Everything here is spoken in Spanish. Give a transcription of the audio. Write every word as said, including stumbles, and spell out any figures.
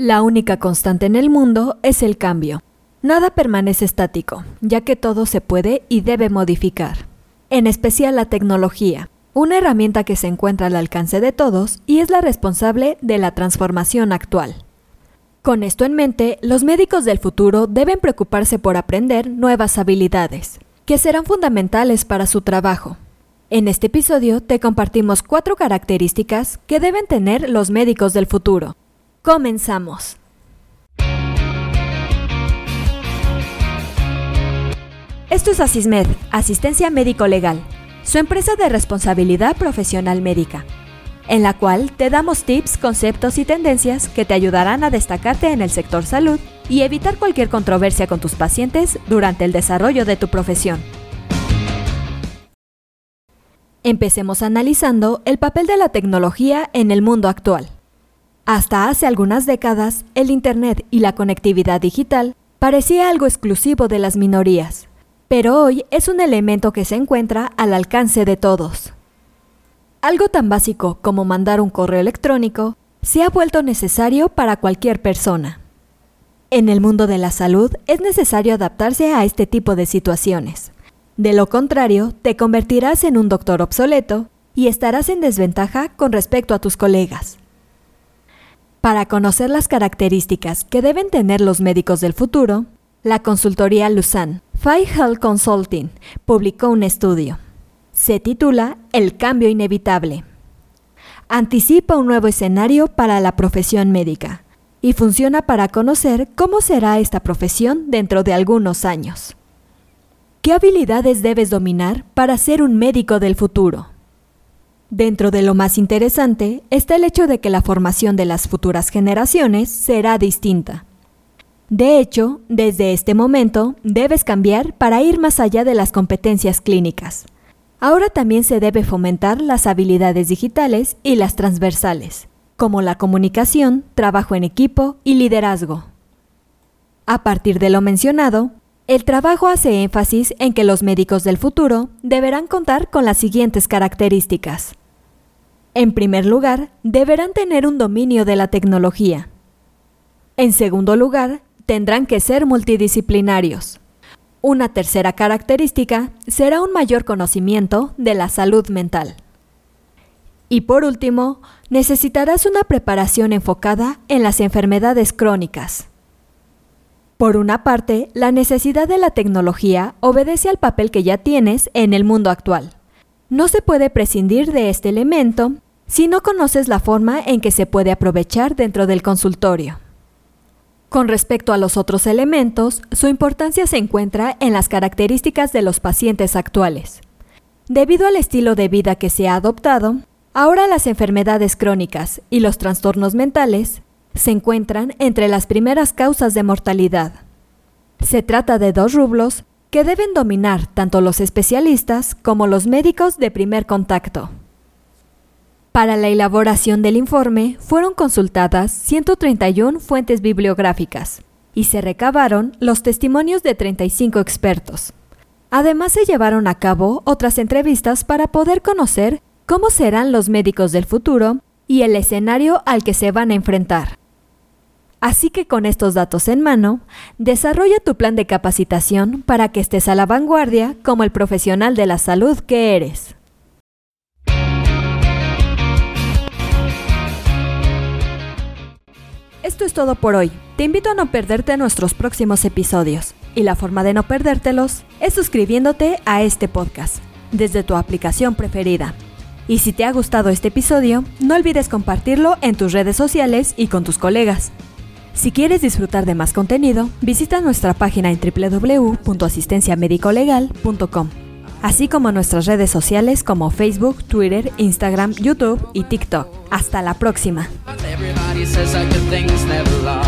La única constante en el mundo es el cambio. Nada permanece estático, ya que todo se puede y debe modificar. En especial la tecnología, una herramienta que se encuentra al alcance de todos y es la responsable de la transformación actual. Con esto en mente, los médicos del futuro deben preocuparse por aprender nuevas habilidades, que serán fundamentales para su trabajo. En este episodio te compartimos cuatro características que deben tener los médicos del futuro. ¡Comenzamos! Esto es Asismed, Asistencia Médico Legal, su empresa de responsabilidad profesional médica, en la cual te damos tips, conceptos y tendencias que te ayudarán a destacarte en el sector salud y evitar cualquier controversia con tus pacientes durante el desarrollo de tu profesión. Empecemos analizando el papel de la tecnología en el mundo actual. Hasta hace algunas décadas, el Internet y la conectividad digital parecía algo exclusivo de las minorías, pero hoy es un elemento que se encuentra al alcance de todos. Algo tan básico como mandar un correo electrónico se ha vuelto necesario para cualquier persona. En el mundo de la salud es necesario adaptarse a este tipo de situaciones. De lo contrario, te convertirás en un doctor obsoleto y estarás en desventaja con respecto a tus colegas. Para conocer las características que deben tener los médicos del futuro, la consultoría Luzan, Five Health Consulting, publicó un estudio. Se titula El cambio inevitable. Anticipa un nuevo escenario para la profesión médica y funciona para conocer cómo será esta profesión dentro de algunos años. ¿Qué habilidades debes dominar para ser un médico del futuro? Dentro de lo más interesante está el hecho de que la formación de las futuras generaciones será distinta. De hecho, desde este momento debes cambiar para ir más allá de las competencias clínicas. Ahora también se debe fomentar las habilidades digitales y las transversales, como la comunicación, trabajo en equipo y liderazgo. A partir de lo mencionado, el trabajo hace énfasis en que los médicos del futuro deberán contar con las siguientes características. En primer lugar, deberán tener un dominio de la tecnología. En segundo lugar, tendrán que ser multidisciplinarios. Una tercera característica será un mayor conocimiento de la salud mental. Y por último, necesitarás una preparación enfocada en las enfermedades crónicas. Por una parte, la necesidad de la tecnología obedece al papel que ya tienes en el mundo actual. No se puede prescindir de este elemento si no conoces la forma en que se puede aprovechar dentro del consultorio. Con respecto a los otros elementos, su importancia se encuentra en las características de los pacientes actuales. Debido al estilo de vida que se ha adoptado, ahora las enfermedades crónicas y los trastornos mentales se encuentran entre las primeras causas de mortalidad. Se trata de dos rubros que deben dominar tanto los especialistas como los médicos de primer contacto. Para la elaboración del informe fueron consultadas ciento treinta y una fuentes bibliográficas y se recabaron los testimonios de treinta y cinco expertos. Además se llevaron a cabo otras entrevistas para poder conocer cómo serán los médicos del futuro y el escenario al que se van a enfrentar. Así que con estos datos en mano, desarrolla tu plan de capacitación para que estés a la vanguardia como el profesional de la salud que eres. Esto es todo por hoy. Te invito a no perderte nuestros próximos episodios. Y la forma de no perdértelos es suscribiéndote a este podcast desde tu aplicación preferida. Y si te ha gustado este episodio, no olvides compartirlo en tus redes sociales y con tus colegas. Si quieres disfrutar de más contenido, visita nuestra página en doble u doble u doble u punto asistencia médico legal punto com, así como nuestras redes sociales como Facebook, Twitter, Instagram, YouTube y TikTok. Hasta la próxima.